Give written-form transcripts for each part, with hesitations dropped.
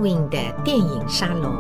Edwin 的电影沙龙。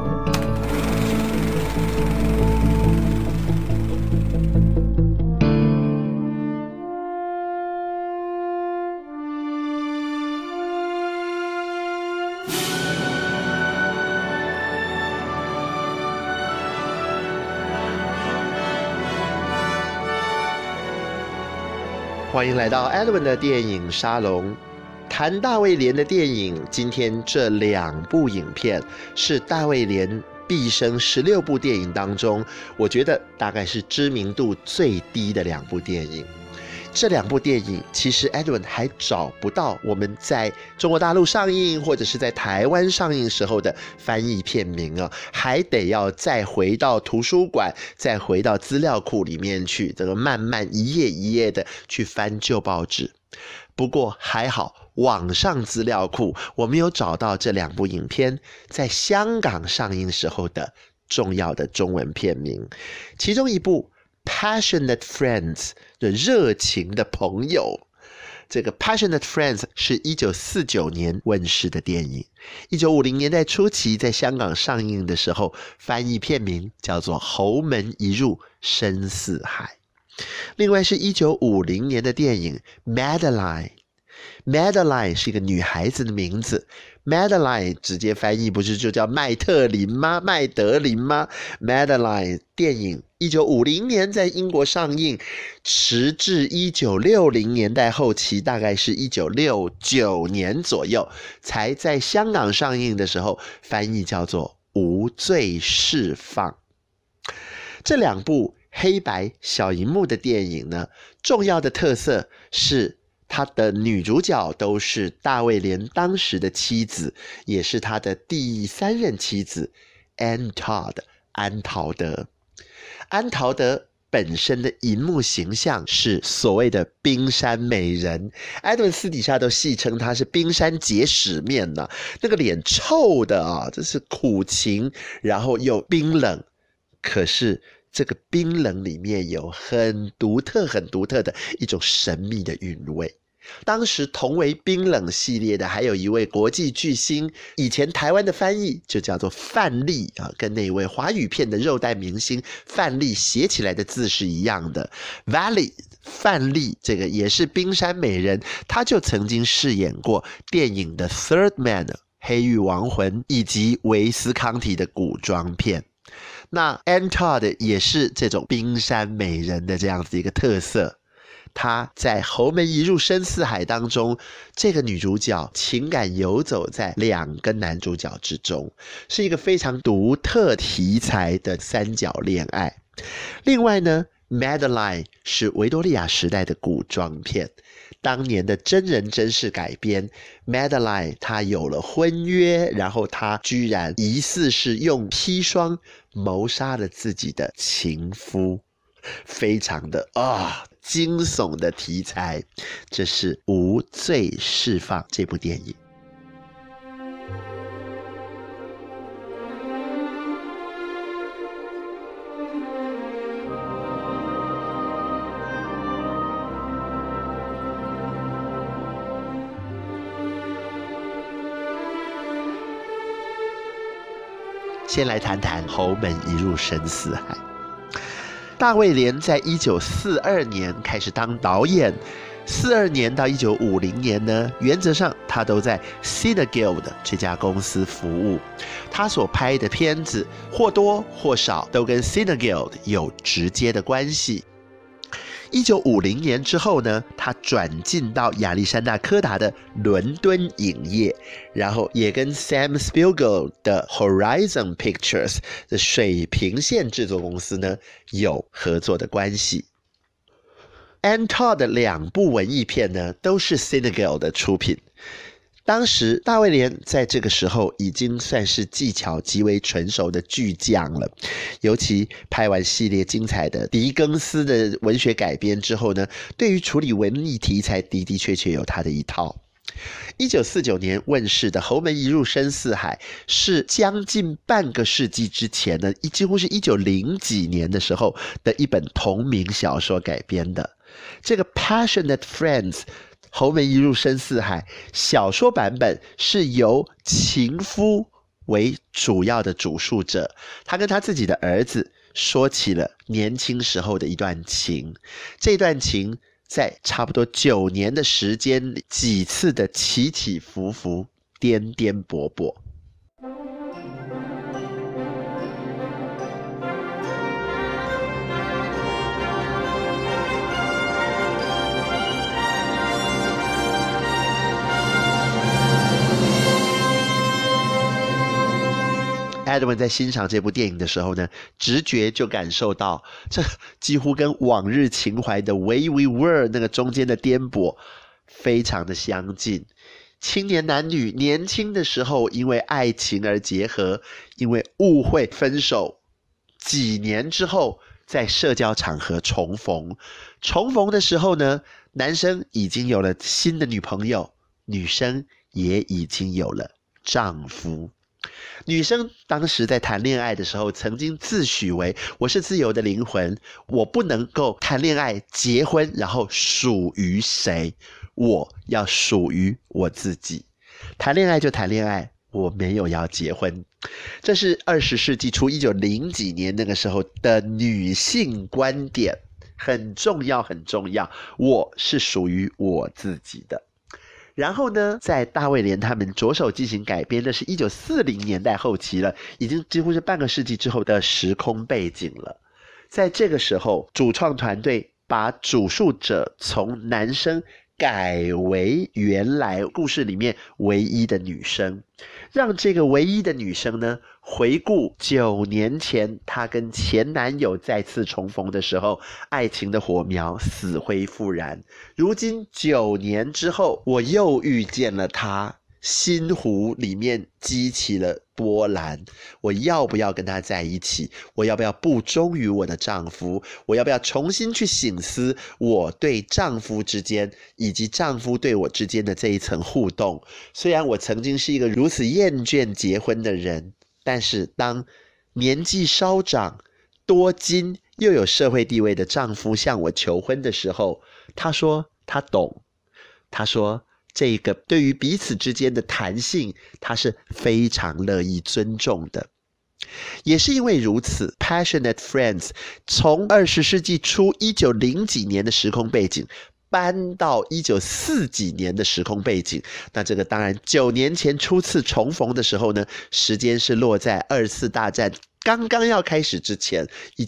欢迎来到 Edwin 的电影沙龙。谈大卫连的电影，今天这2部影片是大卫连毕生16部电影当中，我觉得大概是知名度最低的2部电影。这2部电影其实 Edwin 还找不到我们在中国大陆上映或者是在台湾上映时候的翻译片名啊，还得要再回到图书馆，再回到资料库里面去，这个慢慢一页一页的去翻旧报纸。不过还好，网上资料库我们有找到这2部影片在香港上映时候的重要的中文片名，其中一部Passionate Friends 的热情的朋友，这个 Passionate Friends 是1949年问世的电影，1950年代初期在香港上映的时候，翻译片名叫做《侯门一入深似海》。另外是1950年的电影 Madeline 是一个女孩子的名字， Madeline 直接翻译不是就叫麦特琳吗？麦德琳吗？ Madeline 电影1950年在英国上映，时至1960年代后期，大概是1969年左右才在香港上映的时候翻译叫做无罪释放。这2部黑白小荧幕的电影呢，重要的特色是他的女主角都是大卫连当时的妻子，也是他的第3任妻子 Anne Todd 安陶德。安陶德本身的荧幕形象是所谓的冰山美人，艾顿私底下都戏称她是冰山结使面呢，那个脸臭的啊，这是苦情，然后又冰冷，可是这个冰冷里面有很独特的一种神秘的韵味。当时同为冰冷系列的还有一位国际巨星，以前台湾的翻译就叫做范丽啊，跟那位华语片的肉带明星范丽写起来的字是一样的。 Valley 范丽这个也是冰山美人，她就曾经饰演过电影的 Third Man 黑狱亡魂以及维斯康提的古装片。那 Anne Todd 也是这种冰山美人的这样子一个特色，她在侯门一入深似海当中，这个女主角情感游走在2个男主角之中，是一个非常独特题材的3角恋爱。另外呢， Madeline 是维多利亚时代的古装片，当年的真人真事改编。 Madeline 她有了婚约，然后她居然疑似是用砒霜谋杀了自己的情夫，非常的惊悚的题材。这是无罪释放这部电影。先来谈谈侯门一入深似海。大卫连在1942年开始当导演，42年到1950年呢，原则上他都在 Cineguild 这家公司服务。他所拍的片子或多或少都跟 Cineguild 有直接的关系。1950年之后呢，他转进到亚历山大柯达的伦敦影业，然后也跟 Sam Spielberg 的 Horizon Pictures 的水平线制作公司呢有合作的关系。Anne Todd 的2部文艺片呢都是 Cineguild 的出品。当时大卫连在这个时候已经算是技巧极为纯熟的巨匠了，尤其拍完系列精彩的狄更斯的文学改编之后呢，对于处理文艺题材的确有他的一套。1949年问世的《侯门一入深似海》是将近半个世纪之前呢，几乎是1900几年的时候的一本同名小说改编的。这个 Passionate Friends侯门一入深似海小说版本是由情夫为主要的主述者，他跟他自己的儿子说起了年轻时候的一段情。这段情在差不多9年的时间里，几次的起起伏伏，颠颠簸簸。Edwin 在欣赏这部电影的时候呢，直觉就感受到，这几乎跟往日情怀的 Way We Were 那个中间的颠簸非常的相近。青年男女年轻的时候因为爱情而结合，因为误会分手，几年之后在社交场合重逢。重逢的时候呢，男生已经有了新的女朋友，女生也已经有了丈夫。女生当时在谈恋爱的时候，曾经自诩为我是自由的灵魂，我不能够谈恋爱结婚然后属于谁，我要属于我自己。谈恋爱就谈恋爱，我没有要结婚。这是20世纪初1900几年那个时候的女性观点，很重要很重要，我是属于我自己的。然后呢，在大卫连他们着手进行改编的是1940年代后期了，已经几乎是半个世纪之后的时空背景了。在这个时候，主创团队把主述者从男生改为原来故事里面唯一的女生，让这个唯一的女生呢，回顾9年前她跟前男友再次重逢的时候，爱情的火苗死灰复燃。如今9年之后，我又遇见了她，心湖里面激起了波澜，我要不要跟他在一起？我要不要不忠于我的丈夫？我要不要重新去省思我对丈夫之间以及丈夫对我之间的这一层互动？虽然我曾经是一个如此厌倦结婚的人，但是当年纪稍长、多金又有社会地位的丈夫向我求婚的时候，他说他懂，他说这个对于彼此之间的弹性，他是非常乐意尊重的。也是因为如此， Passionate Friends 从20世纪初1900几年的时空背景搬到1940几年的时空背景。那这个当然9年前初次重逢的时候呢，时间是落在2次大战刚刚要开始之前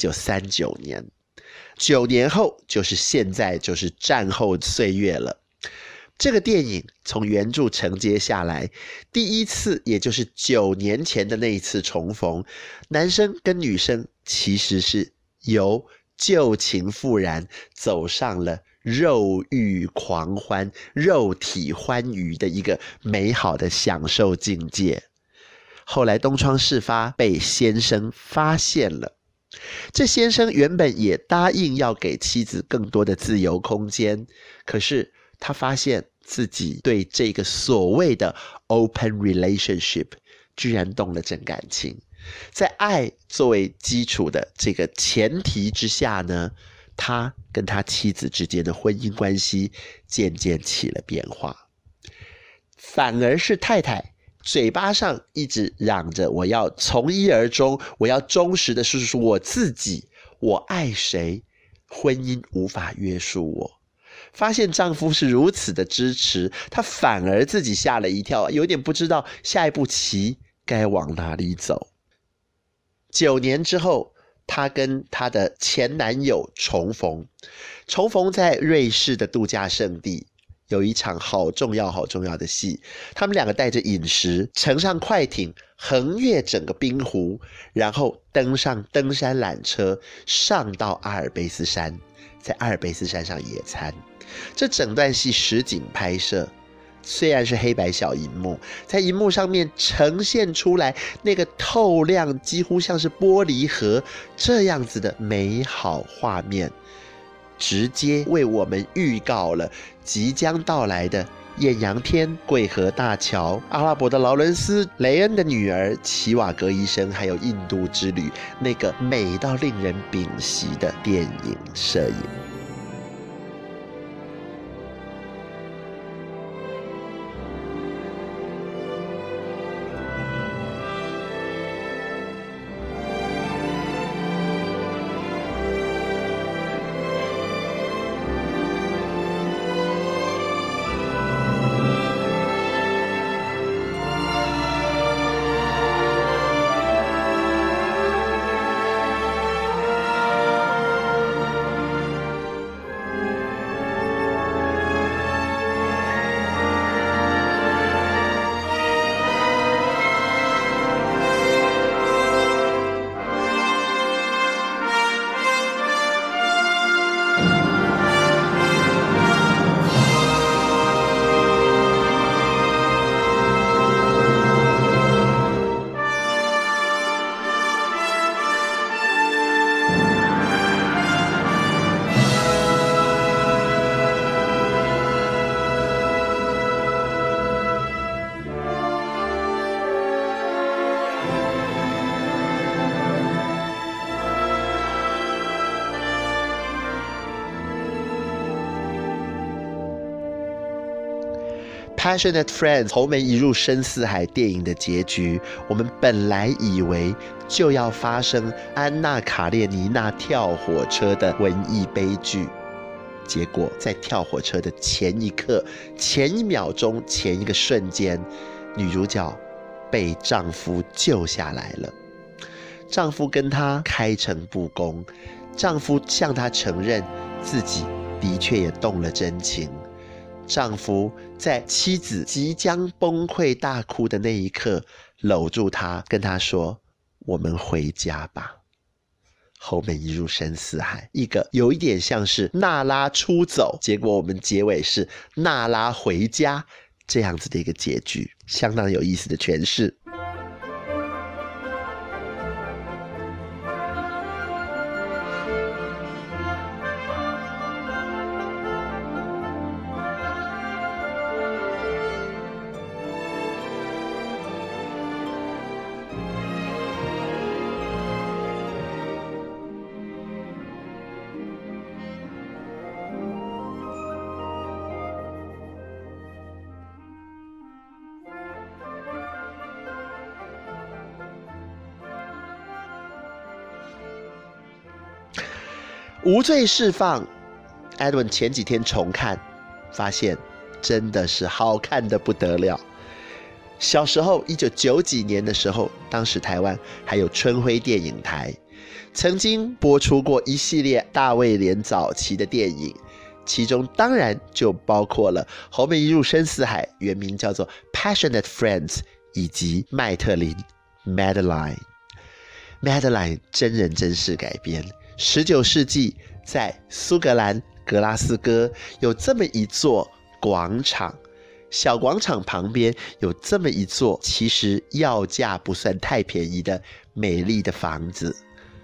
，1939年。9年后就是现在，就是战后岁月了。这个电影从原著承接下来，第一次也就是9年前的那一次重逢，男生跟女生其实是由旧情复燃走上了肉欲狂欢、肉体欢愉的一个美好的享受境界。后来东窗事发，被先生发现了。这先生原本也答应要给妻子更多的自由空间，可是他发现自己对这个所谓的 open relationship 居然动了真感情。在爱作为基础的这个前提之下呢，他跟他妻子之间的婚姻关系渐渐起了变化。反而是太太嘴巴上一直嚷着我要从一而终，我要忠实的说出我自己，我爱谁，婚姻无法约束我。发现丈夫是如此的支持，她反而自己吓了一跳，有点不知道下一步棋该往哪里走。9年之后，她跟她的前男友重逢在瑞士的度假胜地，有一场好重要好重要的戏。他们两个带着饮食，乘上快艇，横越整个冰湖，然后登上登山缆车，上到阿尔卑斯山，在阿尔卑斯山上野餐。这整段戏实景拍摄，虽然是黑白小荧幕，在荧幕上面呈现出来那个透亮几乎像是玻璃盒这样子的美好画面，直接为我们预告了即将到来的艳阳天、桂河大桥、阿拉伯的劳伦斯、雷恩的女儿、齐瓦格医生，还有印度之旅，那个美到令人屏息的电影摄影。 Passionate Friends 侯门一入深似海电影的结局，我们本来以为就要发生安娜卡列尼娜跳火车的文艺悲剧，结果在跳火车的前一刻、前一秒钟、前一个瞬间，女主角被丈夫救下来了。丈夫跟她开诚布公，丈夫向她承认自己的确也动了真情。丈夫在妻子即将崩溃大哭的那一刻搂住她，跟她说：我们回家吧。后门一入深似海，一个有一点像是娜拉出走，结果我们结尾是娜拉回家，这样子的一个结局，相当有意思的诠释。无罪释放 Edwin 前几天重看，发现真的是好看的不得了。小时候1990几年的时候，当时台湾还有春晖电影台，曾经播出过一系列大卫连早期的电影，其中当然就包括了侯门一入深似海，原名叫做 Passionate Friends， 以及麦特林 Madeline 真人真事改编。19世纪在苏格兰格拉斯哥有这么一座广场，小广场旁边有这么一座其实要价不算太便宜的美丽的房子。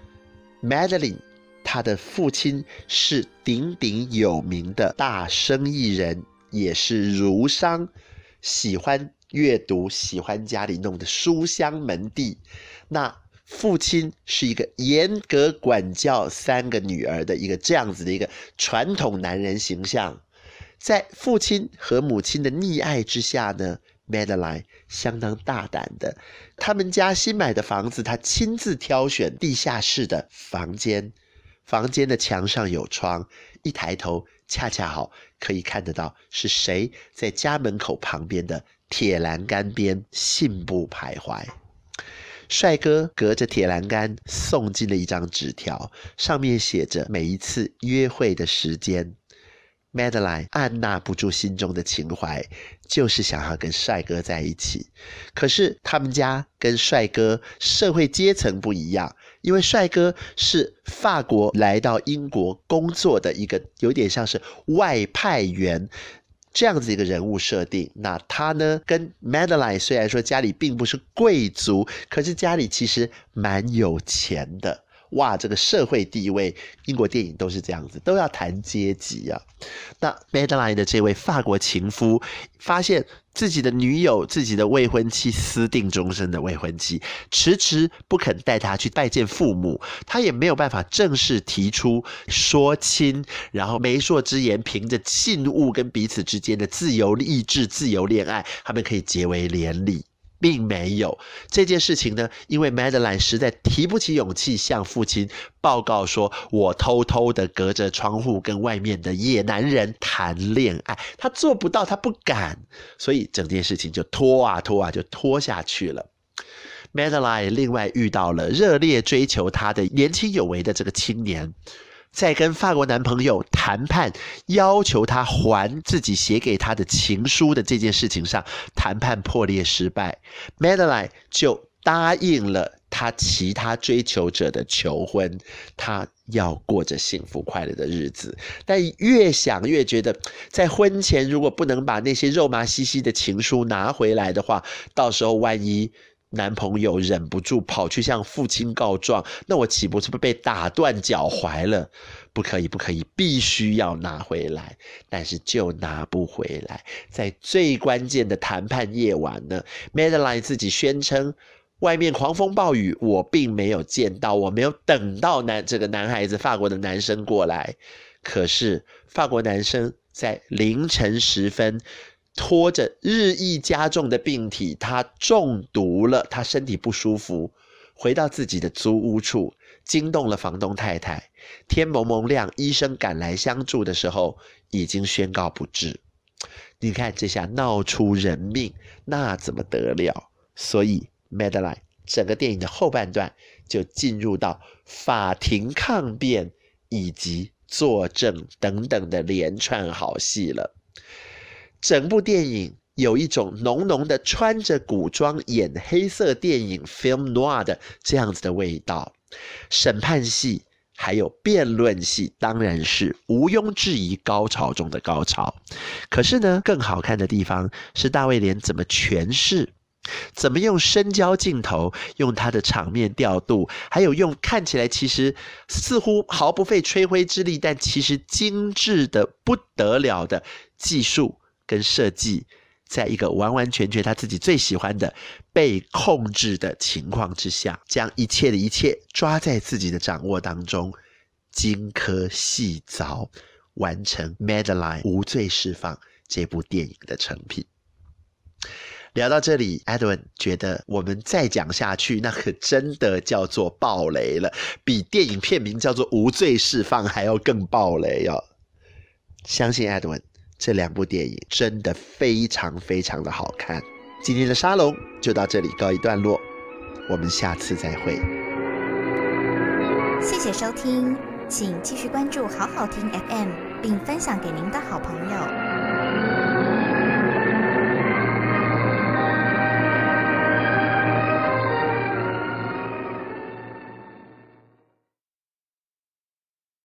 Madeline 她的父亲是鼎鼎有名的大生意人，也是儒商，喜欢阅读，喜欢家里弄的书香门第。那父亲是一个严格管教3个女儿的一个这样子的一个传统男人形象。在父亲和母亲的溺爱之下呢， Madeline 相当大胆的，他们家新买的房子，他亲自挑选地下室的房间，房间的墙上有窗，一抬头恰恰好可以看得到是谁在家门口旁边的铁栏杆边信步徘徊。帅哥隔着铁栏杆送进了一张纸条，上面写着每一次约会的时间。 Madeline 按捺不住心中的情怀，就是想要跟帅哥在一起。可是他们家跟帅哥社会阶层不一样，因为帅哥是法国来到英国工作的一个有点像是外派员这样子一个人物设定。那他呢跟 Madeline 虽然说家里并不是贵族，可是家里其实蛮有钱的。哇，这个社会地位，英国电影都是这样子，都要谈阶级啊。那 Madeline 的这位法国情夫发现自己的女友，自己的未婚妻，私定终身的未婚妻，迟迟不肯带他去拜见父母，他也没有办法正式提出说亲，然后媒妁之言，凭着信物跟彼此之间的自由意志、自由恋爱，他们可以结为连理。并没有这件事情呢，因为 Madeline 实在提不起勇气向父亲报告说，我偷偷的隔着窗户跟外面的野男人谈恋爱，他做不到，他不敢，所以整件事情就拖啊拖啊，就拖下去了。Madeline 另外遇到了热烈追求她的年轻有为的这个青年，在跟法国男朋友谈判，要求他还自己写给他的情书的这件事情上，谈判破裂失败， Madeline 就答应了他其他追求者的求婚，他要过着幸福快乐的日子。但越想越觉得，在婚前如果不能把那些肉麻兮兮的情书拿回来的话，到时候万一男朋友忍不住跑去向父亲告状，那我岂不是被打断脚踝了？不可以，不可以，必须要拿回来。但是就拿不回来。在最关键的谈判夜晚呢， Madeline 自己宣称，外面狂风暴雨，我并没有见到，我没有等到这个男孩子，法国的男生过来。可是法国男生在凌晨时分拖着日益加重的病体，他中毒了，他身体不舒服，回到自己的租屋处，惊动了房东太太。天蒙蒙亮，医生赶来相助的时候，已经宣告不治。你看这下闹出人命，那怎么得了？所以 Madeline 整个电影的后半段就进入到法庭抗辩以及作证等等的连串好戏了。整部电影有一种浓浓的穿着古装演黑色电影 film noir 的这样子的味道。审判戏还有辩论戏当然是毋庸置疑高潮中的高潮。可是呢，更好看的地方是大卫连怎么诠释，怎么用深焦镜头，用他的场面调度，还有用看起来其实似乎毫不费吹灰之力，但其实精致的不得了的技术跟设计，在一个完完全全他自己最喜欢的被控制的情况之下，将一切的一切抓在自己的掌握当中，精科细凿，完成 Madeline 无罪释放这部电影的成品。聊到这里 Edwin 觉得我们再讲下去那可真的叫做爆雷了，比电影片名叫做无罪释放还要更爆雷哦。相信 Edwin，这两部电影真的非常非常的好看。今天的沙龙就到这里告一段落，我们下次再会。 谢谢收听，请继续关注好好听 FM， 并分享给您的好朋友。